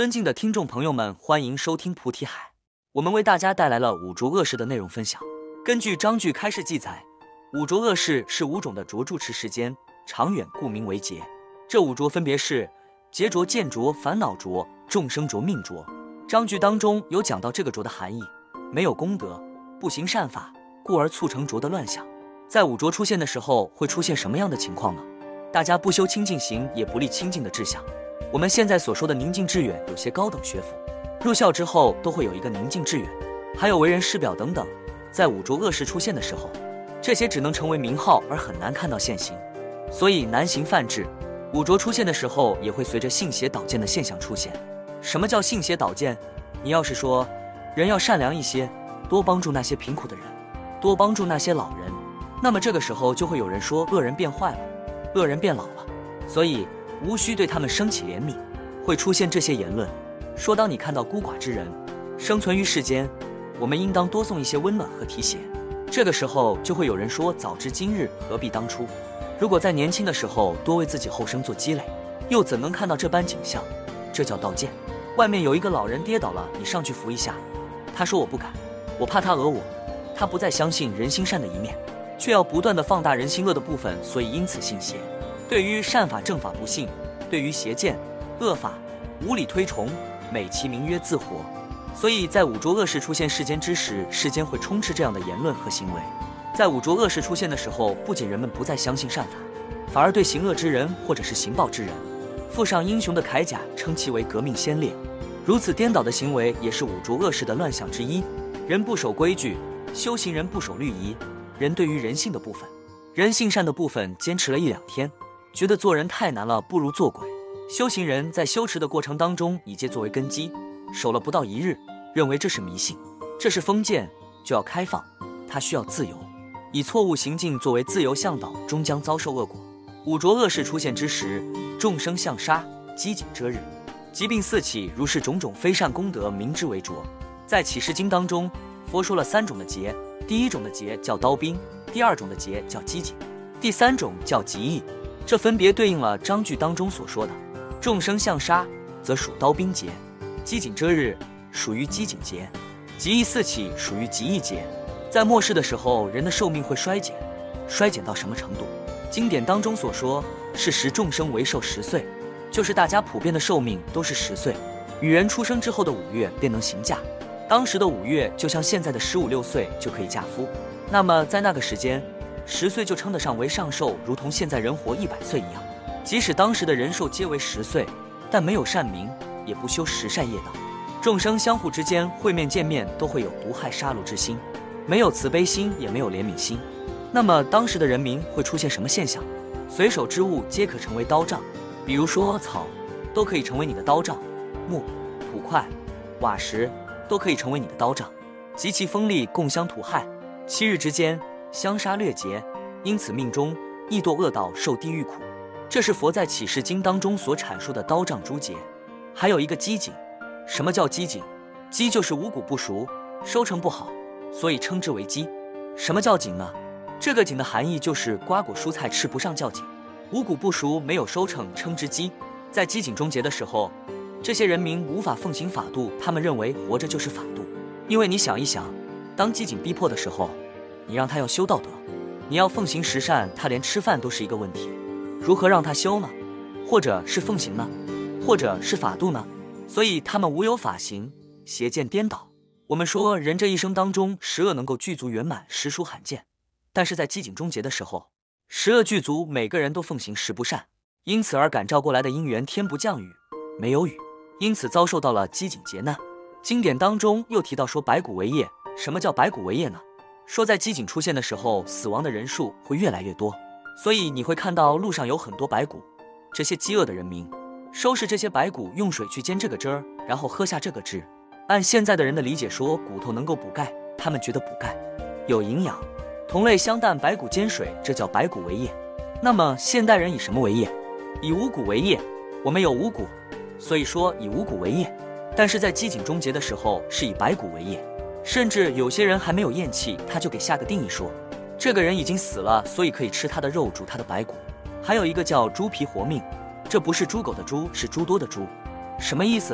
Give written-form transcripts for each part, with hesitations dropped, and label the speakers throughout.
Speaker 1: 尊敬的听众朋友们，欢迎收听菩提海。我们为大家带来了五浊恶世的内容分享。根据章句开示记载，五浊恶世是五种的浊住持时间长远，故名为劫。这五浊分别是劫浊、见浊、烦恼浊、众生浊、命浊。章句当中有讲到这个浊的含义，没有功德，不行善法，故而促成浊的乱象。在五浊出现的时候，会出现什么样的情况呢？大家不修清净行，也不立清净的志向。我们现在所说的宁静致远，有些高等学府入校之后都会有一个宁静致远，还有为人师表等等。在五浊恶世出现的时候，这些只能成为名号，而很难看到现行，所以难行梵志。五浊出现的时候，也会随着信邪导见的现象出现。什么叫信邪导见？你要是说人要善良一些，多帮助那些贫苦的人，多帮助那些老人，那么这个时候就会有人说恶人变坏了，恶人变老了，所以无需对他们升起怜悯。会出现这些言论，说当你看到孤寡之人生存于世间，我们应当多送一些温暖和提携。这个时候就会有人说早知今日何必当初，如果在年轻的时候多为自己后生做积累，又怎能看到这般景象？这叫道见。外面有一个老人跌倒了，你上去扶一下，他说我不敢，我怕他讹我。他不再相信人心善的一面，却要不断的放大人心恶的部分，所以因此信邪。对于善法正法不信，对于邪见恶法无理推崇，美其名曰自活。所以在五浊恶世出现世间之时，世间会充斥这样的言论和行为。在五浊恶世出现的时候，不仅人们不再相信善法，反而对行恶之人或者是行暴之人附上英雄的铠甲，称其为革命先烈。如此颠倒的行为也是五浊恶世的乱象之一。人不守规矩，修行人不守律仪，人对于人性的部分，人性善的部分坚持了一两天，觉得做人太难了，不如做鬼。修行人在修持的过程当中，以戒作为根基，守了不到一日，认为这是迷信，这是封建，就要开放，他需要自由。以错误行径作为自由向导，终将遭受恶果。五浊恶世出现之时，众生相杀，饥馑遮日，疾病四起，如是种种非善功德，名之为浊。在启示经当中，佛说了三种的劫，第一种的劫叫刀兵，第二种的劫叫饥馑，第三种叫疾疫。这分别对应了章句当中所说的众生相杀，则属刀兵劫；饥馑遮日，属于饥馑劫；疾疫四起，属于疾疫劫。在末世的时候，人的寿命会衰减，衰减到什么程度？经典当中所说是时众生为寿10岁，就是大家普遍的寿命都是10岁。女人出生之后的5月便能行嫁，当时的5月就像现在的15、16岁就可以嫁夫。那么在那个时间，10岁就称得上为上寿，如同现在人活100岁一样。即使当时的人寿皆为10岁，但没有善名，也不修十善业道，众生相互之间会面见面都会有毒害杀戮之心，没有慈悲心，也没有怜悯心。那么当时的人民会出现什么现象？随手之物皆可成为刀杖，比如说草都可以成为你的刀杖，木、土块、瓦石都可以成为你的刀杖，极其锋利，共相屠害，7日之间相杀掠劫，因此命中亦堕恶道，受地狱苦。这是佛在启示经当中所阐述的刀杖诸劫。还有一个饥馑。什么叫饥馑？饥就是五谷不熟，收成不好，所以称之为饥。什么叫馑呢？这个馑的含义就是瓜果蔬菜吃不上叫馑，五谷不熟，没有收成，称之饥。在饥馑终结的时候，这些人民无法奉行法度，他们认为活着就是法度。因为你想一想，当饥馑逼迫的时候，你让他要修道德，你要奉行十善，他连吃饭都是一个问题，如何让他修呢？或者是奉行呢？或者是法度呢？所以他们无有法行，邪见颠倒。我们说人这一生当中，十恶能够具足圆满，实属罕见。但是在饥馑终结的时候，十恶具足，每个人都奉行十不善，因此而感召过来的因缘，天不降雨，没有雨，因此遭受到了饥馑劫难。经典当中又提到说白骨为业。什么叫白骨为业呢？说在饥馑出现的时候，死亡的人数会越来越多，所以你会看到路上有很多白骨。这些饥饿的人民收拾这些白骨，用水去煎这个汁儿，然后喝下这个汁。按现在的人的理解说，骨头能够补钙，他们觉得补钙有营养，同类相淡，白骨煎水，这叫白骨为业。那么现代人以什么为业？以五谷为业。我们有五谷，所以说以五谷为业。但是在饥馑终结的时候，是以白骨为业。甚至有些人还没有咽气，他就给下个定义说，这个人已经死了，所以可以吃他的肉，煮他的白骨。还有一个叫猪皮活命，这不是猪狗的猪，是猪多的猪。什么意思？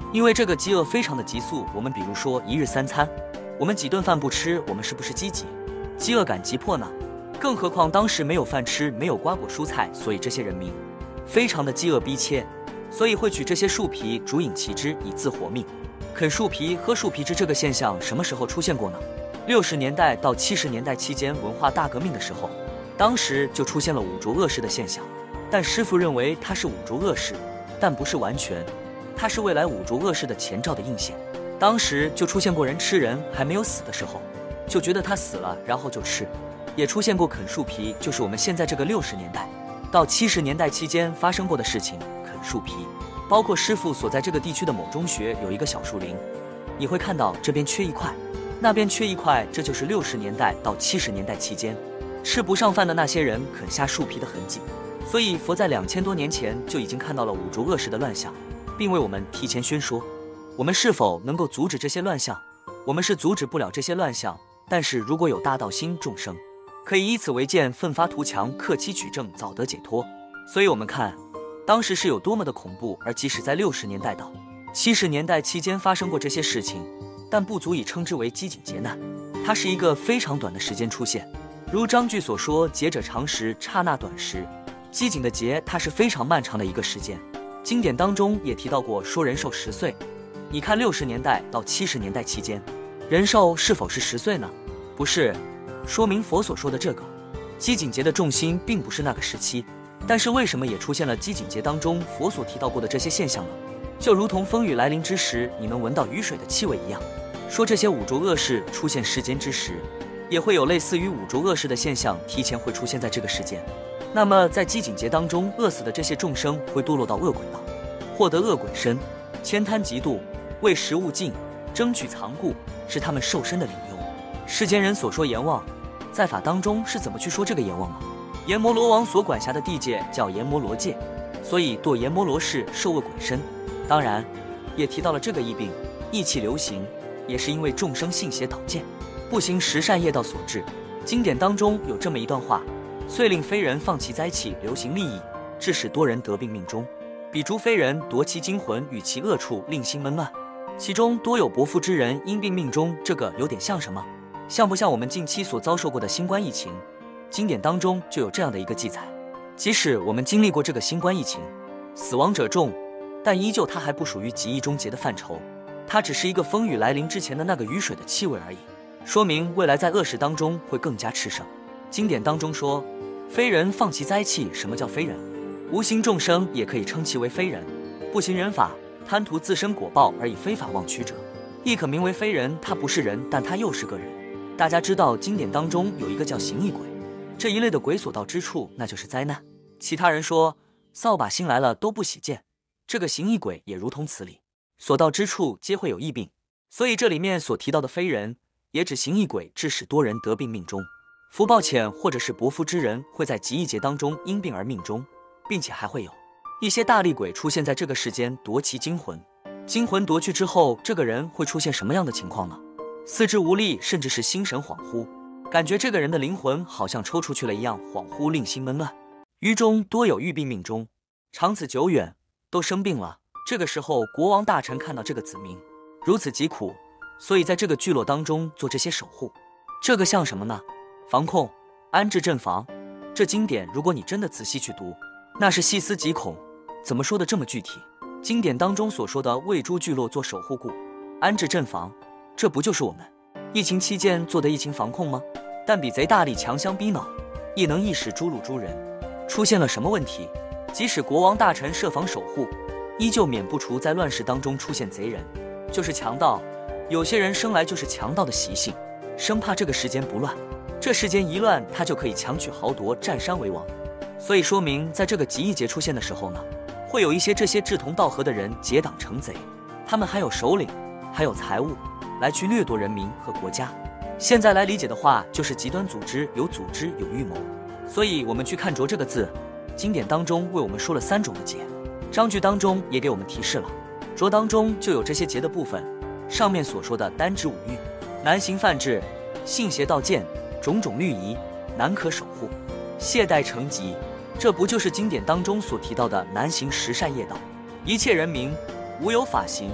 Speaker 1: 因为这个饥饿非常的急速。我们比如说一日3餐，我们几顿饭不吃，我们是不是积极？饥饿感急迫呢？更何况当时没有饭吃，没有瓜果蔬菜，所以这些人民非常的饥饿逼切，所以会取这些树皮煮饮其汁以自活命。啃树皮、喝树皮汁这个现象什么时候出现过呢？60年代到70年代期间文化大革命的时候，当时就出现了五浊恶世的现象。但师父认为它是五浊恶世，但不是完全，它是未来五浊恶世的前兆的映现。当时就出现过人吃人还没有死的时候，就觉得他死了，然后就吃。也出现过啃树皮，就是我们现在这个60年代到70年代期间发生过的事情。啃树皮，包括师父所在这个地区的某中学有一个小树林，你会看到这边缺一块，那边缺一块，这就是60年代到70年代期间吃不上饭的那些人啃下树皮的痕迹。所以佛在2000多年前就已经看到了五浊恶世的乱象，并为我们提前宣说。我们是否能够阻止这些乱象？我们是阻止不了这些乱象，但是如果有大道心众生，可以以此为鉴，奋发图强，克期取证，早得解脱。所以我们看当时是有多么的恐怖，而即使在60年代到70年代期间发生过这些事情，但不足以称之为饥馑劫难，它是一个非常短的时间出现。如章句所说，劫者长时，刹那短时。饥馑的劫，它是非常漫长的一个时间。经典当中也提到过，说人寿10岁。你看60年代到70年代期间，人寿是否是10岁呢？不是，说明佛所说的这个饥馑劫的重心并不是那个时期。但是为什么也出现了饥馑劫当中佛所提到过的这些现象呢？就如同风雨来临之时，你能闻到雨水的气味一样，说这些五浊恶世出现世间之时，也会有类似于五浊恶世的现象提前会出现在这个世间。那么在饥馑劫当中饿死的这些众生会堕落到恶鬼道，获得恶鬼身，悭贪嫉妒，为食物尽，争取藏故，是他们受身的理由。世间人所说阎王，在法当中是怎么去说这个阎王呢？阎摩罗王所管辖的地界叫阎摩罗界，所以堕阎摩罗氏受恶鬼身。当然也提到了这个疫病疫气流行，也是因为众生信邪导见，不行十善业道所致。经典当中有这么一段话，遂令非人放其灾气，流行利益，致使多人得病命终。彼诸非人夺其精魂，与其恶处，令心闷乱。其中多有薄福之人因病命终。这个有点像什么？像不像我们近期所遭受过的新冠疫情？经典当中就有这样的一个记载，即使我们经历过这个新冠疫情，死亡者众，但依旧它还不属于极易终结的范畴，它只是一个风雨来临之前的那个雨水的气味而已，说明未来在恶世当中会更加炽盛。经典当中说，非人放其灾气。什么叫非人？无形众生也可以称其为非人，不行人法，贪图自身果报而以非法妄取者，亦可名为非人。他不是人，但他又是个人。大家知道经典当中有一个叫行异鬼，这一类的鬼所到之处，那就是灾难。其他人说扫把星来了都不喜见，这个行异鬼也如同此理，所到之处皆会有疫病。所以这里面所提到的非人，也指行异鬼，致使多人得病命终。福报浅或者是薄福之人会在极易劫当中因病而命终，并且还会有一些大厉鬼出现在这个世间夺其精魂。精魂夺去之后，这个人会出现什么样的情况呢？四肢无力，甚至是心神恍惚，感觉这个人的灵魂好像抽出去了一样，恍惚，令心闷乱。于中多有欲病命终，长此久远都生病了。这个时候国王大臣看到这个子民如此疾苦，所以在这个聚落当中做这些守护。这个像什么呢？防控，安置阵防。这经典如果你真的仔细去读，那是细思极恐。怎么说的这么具体？经典当中所说的为诸聚落做守护故，安置阵防，这不就是我们疫情期间做的疫情防控吗？但比贼大力强相逼恼，亦能一时诛戮诸人。出现了什么问题？即使国王大臣设防守护，依旧免不除在乱世当中出现贼人，就是强盗。有些人生来就是强盗的习性，生怕这个世间不乱，这世间一乱，他就可以强取豪夺，占山为王。所以说明在这个极易劫出现的时候呢，会有一些这些志同道合的人结党成贼，他们还有首领，还有财物，来去掠夺人民和国家。现在来理解的话，就是极端组织，有组织，有预谋。所以我们去看着这个字，经典当中为我们说了3种的劫，章句当中也给我们提示了，着当中就有这些劫的部分。上面所说的单指五欲，难行犯智，信邪道见，种种律仪，难可守护，懈怠成疾，这不就是经典当中所提到的难行十善业道？一切人民无有法行，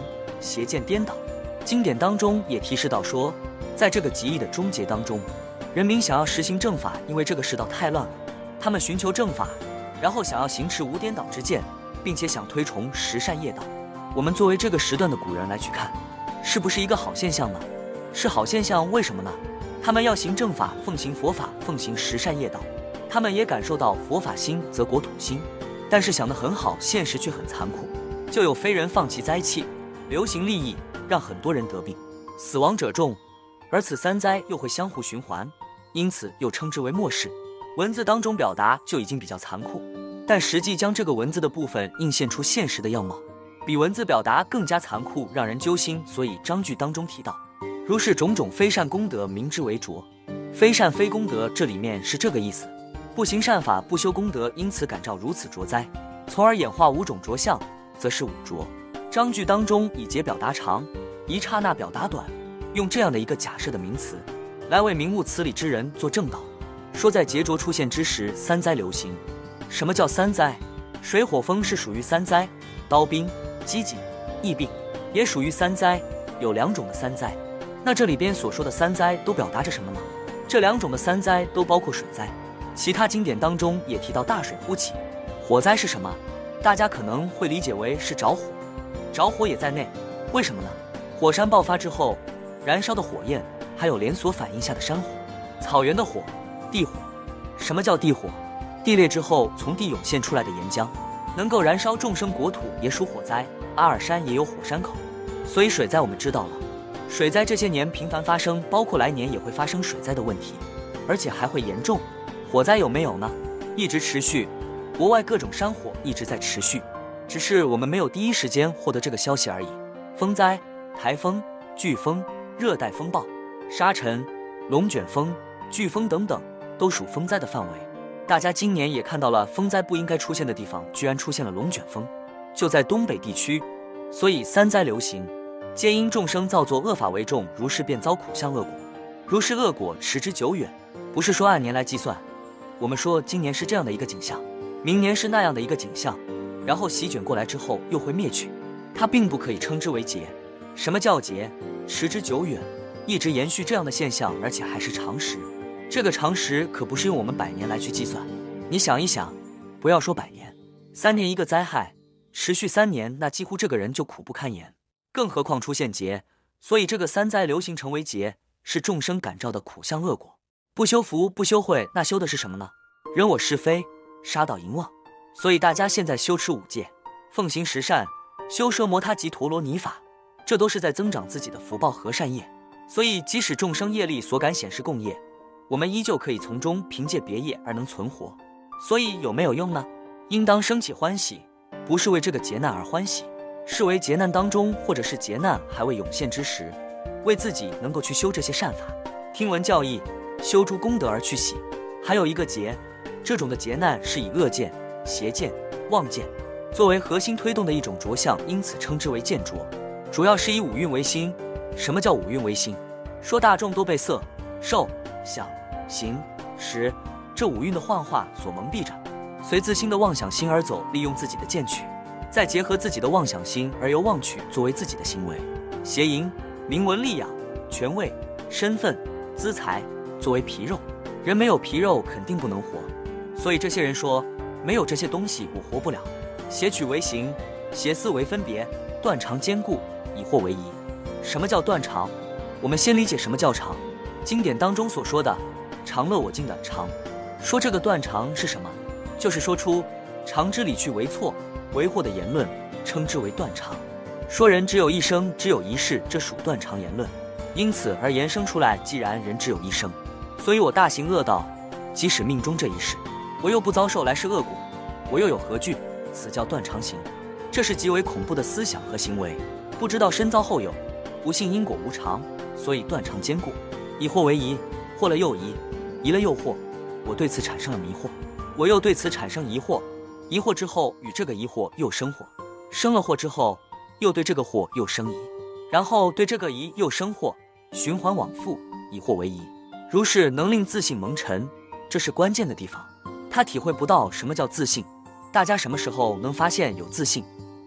Speaker 1: 邪见颠倒。经典当中也提示到说，在这个极易的终结当中，人民想要实行正法，因为这个世道太乱了，他们寻求正法，然后想要行持无颠倒之见，并且想推崇十善业道。我们作为这个时段的古人来去看，是不是一个好现象呢？是好现象，为什么呢？他们要行正法，奉行佛法，奉行十善业道，他们也感受到佛法兴则国土兴，但是想得很好，现实却很残酷，就有非人放弃灾气，流行利益，让很多人得病，死亡者众，而此三灾又会相互循环，因此又称之为末世。文字当中表达就已经比较残酷，但实际将这个文字的部分映现出现实的样貌，比文字表达更加残酷，让人揪心。所以章句当中提到，如是种种非善功德，名之为浊。非善非功德，这里面是这个意思，不行善法，不修功德，因此感召如此浊灾，从而演化五种浊相，则是五浊。章句当中以节表达长，一刹那表达短，用这样的一个假设的名词来为明悟此理之人做正导，说在劫浊出现之时，三灾流行。什么叫三灾？水火风是属于三灾，刀兵、饥馑、疫病也属于三灾，有两种的三灾。那这里边所说的三灾都表达着什么呢？这两种的三灾都包括水灾，其他经典当中也提到大水忽起。火灾是什么？大家可能会理解为是着火，着火也在内。为什么呢？火山爆发之后燃烧的火焰，还有连锁反应下的山火、草原的火、地火。什么叫地火？地裂之后从地涌现出来的岩浆，能够燃烧众生国土，也属火灾。阿尔山也有火山口。所以水灾我们知道了，水灾这些年频繁发生，包括来年也会发生水灾的问题，而且还会严重。火灾有没有呢？一直持续，国外各种山火一直在持续，只是我们没有第一时间获得这个消息而已。风灾、台风、飓风、热带风暴、沙尘、龙卷风、飓风等等，都属风灾的范围。大家今年也看到了，风灾不应该出现的地方居然出现了龙卷风，就在东北地区。所以三灾流行，皆因众生造作恶法为重，如是便遭苦相恶果。如是恶果持之久远，不是说按年来计算，我们说今年是这样的一个景象，明年是那样的一个景象，然后席卷过来之后又会灭去，它并不可以称之为劫。什么叫劫？持之久远，一直延续这样的现象，而且还是常识。这个常识可不是用我们100年来去计算。你想一想，不要说100年，3年一个灾害，持续3年，那几乎这个人就苦不堪言，更何况出现劫。所以这个三灾流行成为劫，是众生感召的苦相恶果。不修福不修慧，那修的是什么呢？人我是非，杀盗淫妄。所以大家现在修持5戒，奉行十善，修奢摩他及陀罗尼法，这都是在增长自己的福报和善业。所以即使众生业力所感显示共业，我们依旧可以从中凭借别业而能存活。所以有没有用呢？应当升起欢喜，不是为这个劫难而欢喜，是为劫难当中，或者是劫难还未涌现之时，为自己能够去修这些善法，听闻教义，修诸功德而去喜。还有一个劫，这种的劫难是以恶见、邪见、妄见作为核心推动的一种着相，因此称之为见着。主要是以五蕴为心。什么叫五蕴为心？说大众都被色、受、想、行、识这5蕴的幻化所蒙蔽着，随自心的妄想心而走，利用自己的见取，再结合自己的妄想心而由妄取作为自己的行为，邪淫、名闻利养、权位、身份、资财作为皮肉。人没有皮肉肯定不能活，所以这些人说没有这些东西我活不了。邪取为行，邪思为分别，断常坚固，以惑为宜。什么叫断常？我们先理解什么叫常。经典当中所说的常乐我净的常，说这个断常是什么？就是说出常之理去为错为惑的言论，称之为断常。说人只有一生，只有一世，这属断常言论。因此而延伸出来，既然人只有一生，所以我大行恶道，即使命中这一世，我又不遭受来世恶果，我又有何惧？此叫断常行。这是极为恐怖的思想和行为，不知道身遭后有，不信因果无常，所以断常坚固，以惑为宜，惑了又疑，疑了又惑，我对此产生了迷惑，我又对此产生疑惑，疑惑之后与这个疑惑又生惑，生了惑之后又对这个惑又生疑，然后对这个疑又生惑，循环往复，以惑为疑。如是能令自信蒙尘，这是关键的地方。他体会不到什么叫自信。大家什么时候能发现有自信？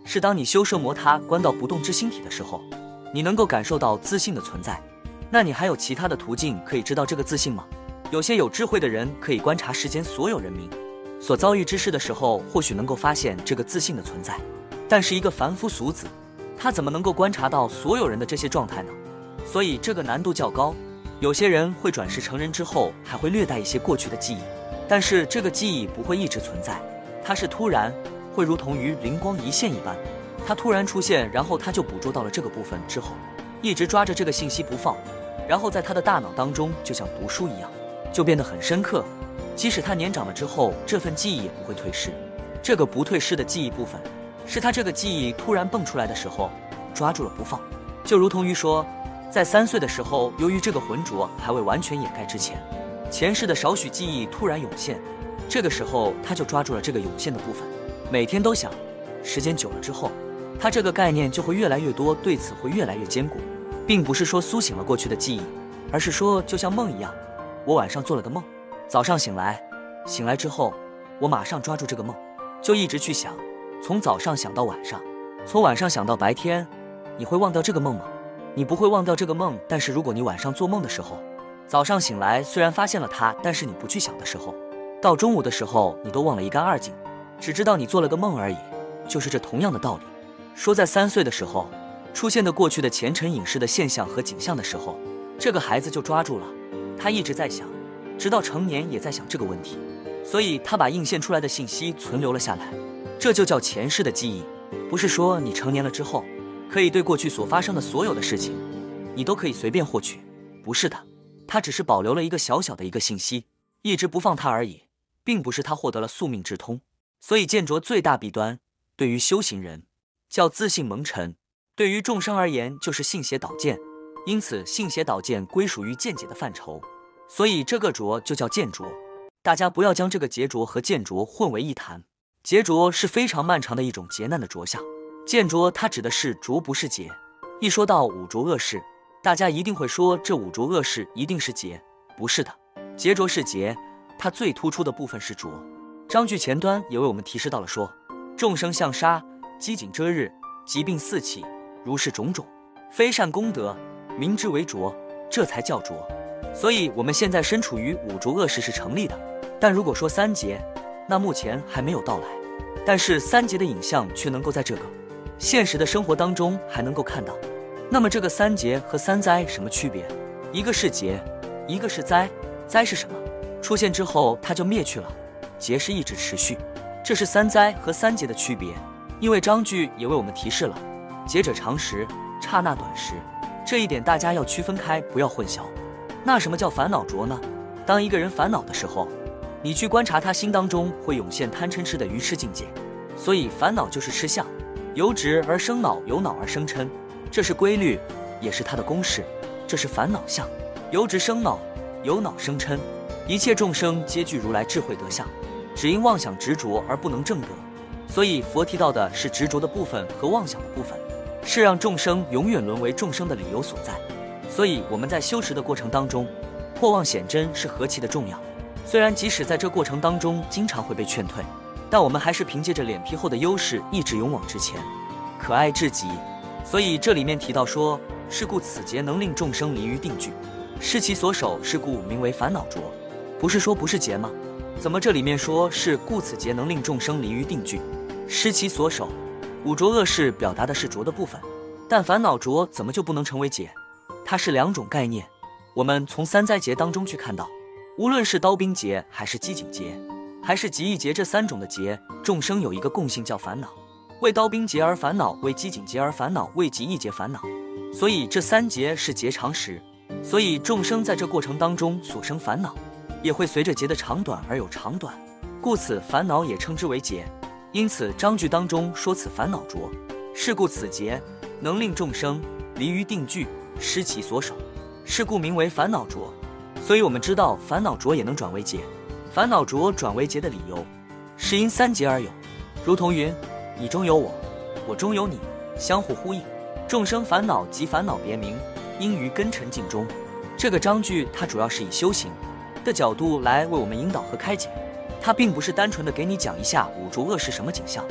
Speaker 1: 是当你修摄摩他观到不动之星体的时候，你能够感受到自信的存在。那你还有其他的途径可以知道这个自信吗？有些有智慧的人可以观察世间所有人民所遭遇之事的时候，或许能够发现这个自信的存在。但是一个凡夫俗子，他怎么能够观察到所有人的这些状态呢？所以这个难度较高。有些人会转世成人之后，还会略带一些过去的记忆，但是这个记忆不会一直存在，它是突然，会如同于灵光一现一般，它突然出现，然后他就捕捉到了这个部分之后，一直抓着这个信息不放，然后在他的大脑当中就像读书一样，就变得很深刻。即使他年长了之后，这份记忆也不会退失。这个不退失的记忆部分，是他这个记忆突然蹦出来的时候抓住了不放。就如同于说，在3岁的时候，由于这个浑浊还未完全掩盖之前，前世的少许记忆突然涌现，这个时候他就抓住了这个涌现的部分，每天都想。时间久了之后，他这个概念就会越来越多，对此会越来越坚固，并不是说苏醒了过去的记忆，而是说就像梦一样，我晚上做了个梦，早上醒来之后，我马上抓住这个梦，就一直去想，从早上想到晚上，从晚上想到白天。你会忘掉这个梦吗？你不会忘掉这个梦，但是如果你晚上做梦的时候，早上醒来虽然发现了它，但是你不去想的时候，到中午的时候你都忘了一干二净，只知道你做了个梦而已。就是这同样的道理，说在3岁的时候出现的过去的前尘影视的现象和景象的时候，这个孩子就抓住了，他一直在想，直到成年也在想这个问题，所以他把映现出来的信息存留了下来，这就叫前世的记忆。不是说你成年了之后可以对过去所发生的所有的事情你都可以随便获取，不是的，他只是保留了一个小小的一个信息，一直不放它而已，并不是他获得了宿命之通。所以见浊最大弊端对于修行人叫自信蒙尘，对于众生而言就是信邪导见，因此信邪导见归属于见解的范畴，所以这个浊就叫见浊。大家不要将这个劫浊和见浊混为一谈，劫浊是非常漫长的一种劫难的浊相，见浊它指的是浊不是劫。一说到五浊恶世，大家一定会说这五浊恶世一定是劫，不是的，劫浊是劫，它最突出的部分是浊。章句前端也为我们提示到了说，众生相杀，饥馑遮日，疾病四起，如是种种，非善功德，名之为浊，这才叫浊。所以我们现在身处于五浊恶世是成立的，但如果说三劫，那目前还没有到来，但是三劫的影像却能够在这个现实的生活当中还能够看到。那么这个三劫和三灾什么区别？一个是劫，一个是灾。灾是什么？出现之后它就灭去了，劫是一直持续，这是三灾和三劫的区别。因为章句也为我们提示了，劫者长时，刹那短时，这一点大家要区分开，不要混淆。那什么叫烦恼浊呢？当一个人烦恼的时候，你去观察他心当中会涌现贪嗔痴的愚痴境界，所以烦恼就是痴相，由执而生恼，由恼而生嗔，这是规律，也是它的公式，这是烦恼相，由执生恼，由恼生嗔。一切众生皆具如来智慧德相，只因妄想执着而不能证得。所以佛提到的是执着的部分和妄想的部分，是让众生永远沦为众生的理由所在。所以我们在修持的过程当中，破妄显真是何其的重要。虽然即使在这过程当中经常会被劝退，但我们还是凭借着脸皮厚的优势一直勇往直前，可爱至极。所以这里面提到说，是故此劫能令众生离于定聚，失其所守，是故名为烦恼浊。不是说不是劫吗？怎么这里面说是故此劫能令众生离于定聚，失其所守？五浊恶世表达的是浊的部分，但烦恼浊怎么就不能成为劫？它是两种概念。我们从三灾劫当中去看到，无论是刀兵劫还是饥馑劫还是疾疫劫，这三种的劫，众生有一个共性叫烦恼，为刀兵劫而烦恼，为饥馑劫而烦恼，为疾疫劫烦恼。所以这三劫是劫长时，所以众生在这过程当中所生烦恼也会随着劫的长短而有长短，故此烦恼也称之为劫。因此章句当中说此烦恼浊，是故此劫能令众生离于定聚，失其所守，是故名为烦恼浊。所以我们知道烦恼浊也能转为劫，烦恼浊转为劫的理由是因三劫而有，如同云你中有我，我中有你，相互呼应。众生烦恼及烦恼别名，因于根尘境中。这个章句它主要是以修行的角度来为我们引导和开解，它并不是单纯的给你讲一下五浊恶是什么景象，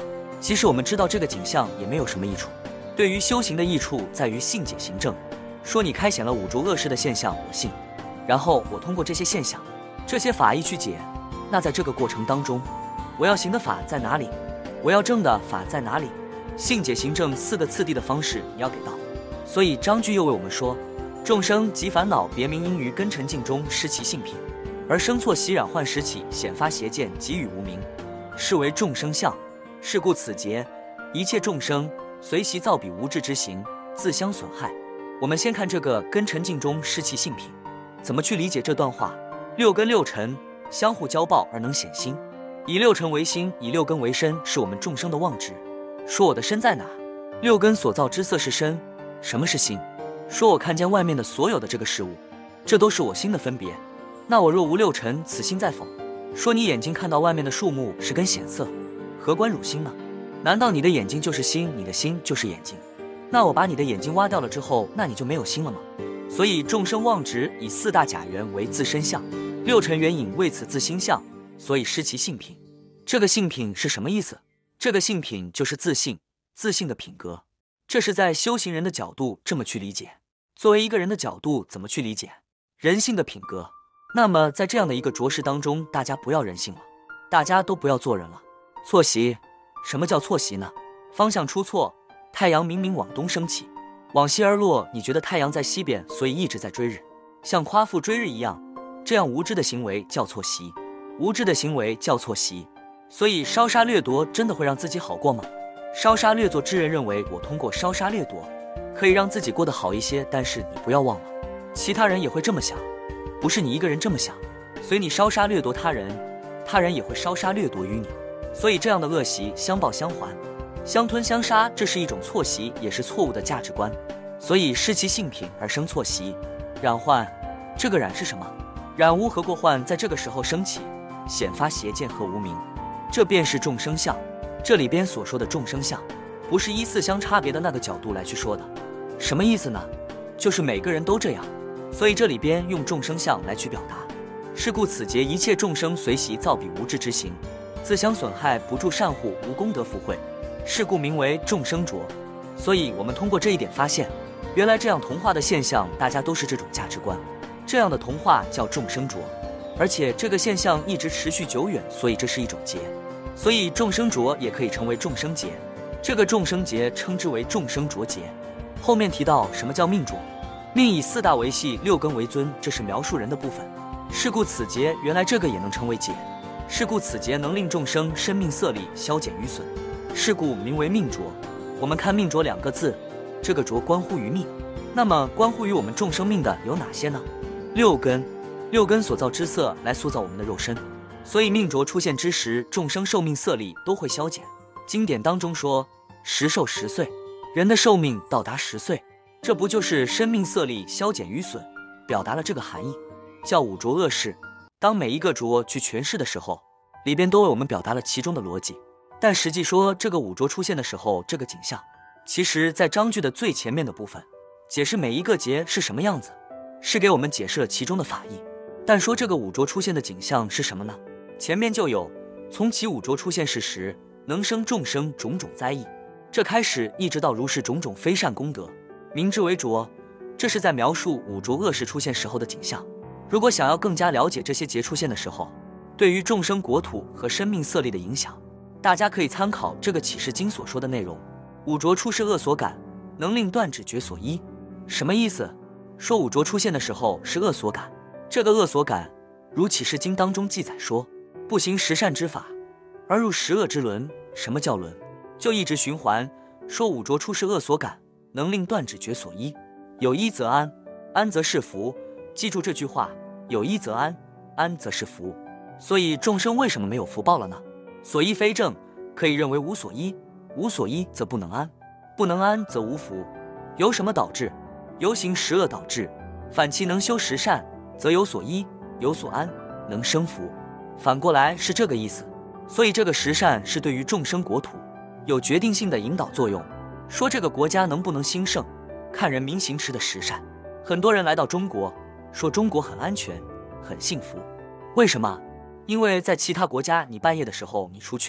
Speaker 1: 其实我们知道这个景象也没有什么益处。对于修行的益处在于信解行证，说你开显了五浊恶世的现象，我信，然后我通过这些现象、这些法义去解。那在这个过程当中，我要行的法在哪里？我要证的法在哪里？信解行证4个次第的方式你要给到。所以章句又为我们说，众生即烦恼，别名因于根尘境中失其性品，而生错习染幻时起，显发邪见，即与无明，是为众生相。是故此劫，一切众生随习造彼无智之行，自相损害。我们先看这个根尘境中失其性品，怎么去理解这段话？六根六尘相互交抱而能显心，以六尘为心，以六根为身，是我们众生的妄执。说我的身在哪？六根所造之色是身。什么是心？说我看见外面的所有的这个事物，这都是我心的分别。那我若无六尘，此心在否？说你眼睛看到外面的树木是根显色，何关汝心呢？难道你的眼睛就是心，你的心就是眼睛？那我把你的眼睛挖掉了之后，那你就没有心了吗？所以众生妄执以4大假缘为自身相，六尘缘影为此自心相，所以失其性品。这个性品是什么意思？这个性品就是自信，自信的品格。这是在修行人的角度这么去理解。作为一个人的角度怎么去理解人性的品格？那么在这样的一个浊世当中，大家不要人性了，大家都不要做人了。错习，什么叫错习呢？方向出错，太阳明明往东升起，往西而落，你觉得太阳在西边，所以一直在追日，像夸父追日一样，这样无知的行为叫错习，无知的行为叫错习。所以烧杀掠夺真的会让自己好过吗？烧杀掠夺之人认为我通过烧杀掠夺可以让自己过得好一些，但是你不要忘了，其他人也会这么想，不是你一个人这么想。所以你烧杀掠夺他人，他人也会烧杀掠夺于你。所以这样的恶习相报相还，相吞相杀，这是一种错习，也是错误的价值观。所以失其性品而生错习。染幻，这个染是什么？染污和过患在这个时候升起，显发邪见和无明，这便是众生相。这里边所说的众生相，不是依4相差别的那个角度来去说的。什么意思呢？就是每个人都这样，所以这里边用众生相来去表达。是故此劫一切众生随习造彼无智之行，自相损害，不助善护，无功德福慧，是故名为众生浊。所以我们通过这一点发现，原来这样同化的现象大家都是这种价值观，这样的同化叫众生浊，而且这个现象一直持续久远，所以这是一种劫。所以众生浊也可以成为众生劫，这个众生劫称之为众生浊劫。后面提到什么叫命浊？命以4大为系，6根为尊，这是描述人的部分。是故此劫，原来这个也能称为劫。是故此劫能令众生生命色力消减愚损，是故名为命浊。我们看命浊2个字，这个浊关乎于命，那么关乎于我们众生命的有哪些呢？6根，6根所造之色来塑造我们的肉身。所以命浊出现之时，众生寿命色力都会消减。经典当中说10寿10岁，人的寿命到达10岁，这不就是生命色力消减愚损，表达了这个含义，叫五浊恶世。当每一个浊去诠释的时候，里边都为我们表达了其中的逻辑。但实际说这个五浊出现的时候，这个景象其实在章句的最前面的部分解释每一个劫是什么样子，是给我们解释了其中的法义。但说这个五浊出现的景象是什么呢？前面就有从其五浊出现时时，能生众生种种灾异，这开始一直到如是种种非善功德，名之为浊。这是在描述五浊恶世出现时候的景象。如果想要更加了解这些劫出现的时候对于众生国土和生命色力的影响，大家可以参考这个启示经所说的内容。五浊出世恶所感，能令断指绝所依。什么意思？说五浊出现的时候是恶所感，这个恶所感如启示经当中记载说，不行十善之法而入十恶之轮。什么叫轮？就一直循环。说五浊出世恶所感，能令断指绝所依。有依则安，安则是福。记住这句话，有依则安，安则是福。所以众生为什么没有福报了呢？所依非正，可以认为无所依，无所依则不能安，不能安则无福。由什么导致？由行十恶导致。反其能修十善，则有所依，有所安，能生福。反过来是这个意思。所以这个十善是对于众生国土有决定性的引导作用。说这个国家能不能兴盛，看人民行持的十善。很多人来到中国，说中国很安全，很幸福。为什么？因为在其他国家，你半夜的时候你出去，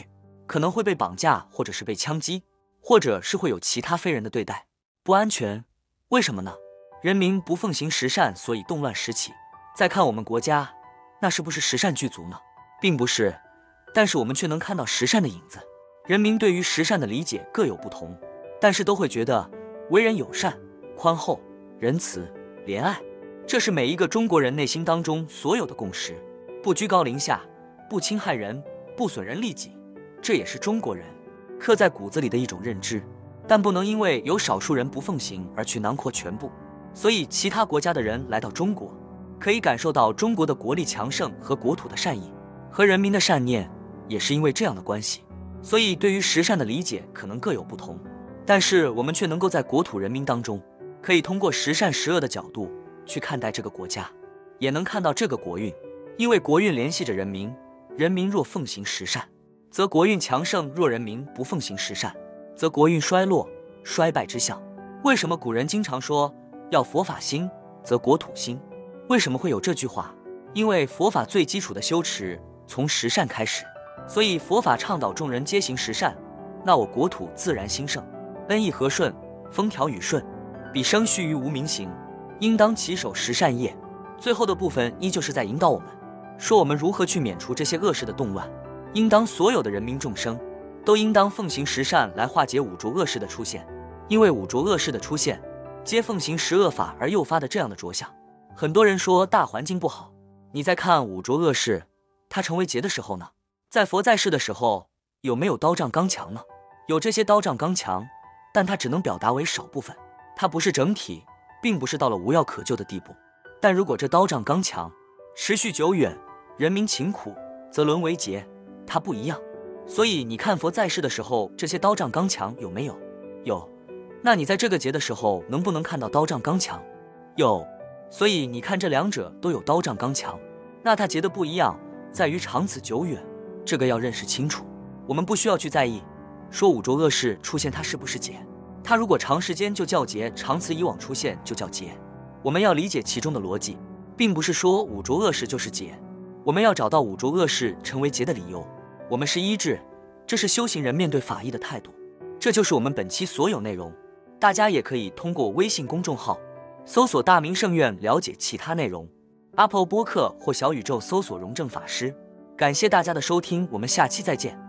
Speaker 1: 可能会被绑架，或者是被枪击，或者是会有其他非人的对待，不安全。为什么呢？人民不奉行十善，所以动乱时起。再看我们国家，那是不是十善具足呢？并不是，但是我们却能看到十善的影子。人民对于十善的理解各有不同，但是都会觉得为人友善、宽厚、仁慈、怜爱，这是每一个中国人内心当中所有的共识。不居高临下，不侵害人，不损人利己，这也是中国人刻在骨子里的一种认知。但不能因为有少数人不奉行而去囊括全部。所以其他国家的人来到中国，可以感受到中国的国力强盛和国土的善意和人民的善念，也是因为这样的关系。所以对于十善的理解可能各有不同，但是我们却能够在国土人民当中，可以通过十善十恶的角度去看待这个国家，也能看到这个国运。因为国运联系着人民，人民若奉行十善，则国运强盛；若人民不奉行十善，则国运衰落，衰败之象。为什么古人经常说要佛法兴，则国土兴？为什么会有这句话？因为佛法最基础的修持从十善开始，所以佛法倡导众人皆行十善，那我国土自然兴盛，恩义和顺，风调雨顺，彼生须于无名行，应当起手十善业。最后的部分依旧是在引导我们，说我们如何去免除这些恶事的动乱，应当所有的人民众生都应当奉行十善来化解五浊恶世的出现。因为五浊恶世的出现，皆奉行十恶法而诱发的这样的着相。很多人说大环境不好，你再看五浊恶世，它成为劫的时候呢？在佛在世的时候，有没有刀杖刚强呢？有这些刀杖刚强，但它只能表达为少部分，它不是整体，并不是到了无药可救的地步。但如果这刀杖刚强，持续久远，人民勤苦，则沦为劫，它不一样。所以你看佛在世的时候，这些刀杖刚强有没有？有。那你在这个劫的时候，能不能看到刀杖刚强？有。所以你看这两者都有刀杖刚强，那它劫的不一样，在于长此久远，这个要认识清楚。我们不需要去在意说五浊恶世出现它是不是劫，它如果长时间就叫劫，长此以往出现就叫劫。我们要理解其中的逻辑，并不是说五浊恶世就是劫，我们要找到五浊恶世成为劫的理由。我们是医治，这是修行人面对法义的态度。这就是我们本期所有内容，大家也可以通过微信公众号搜索大明圣院了解其他内容， Apple 播客或小宇宙搜索荣正法师。感谢大家的收听，我们下期再见。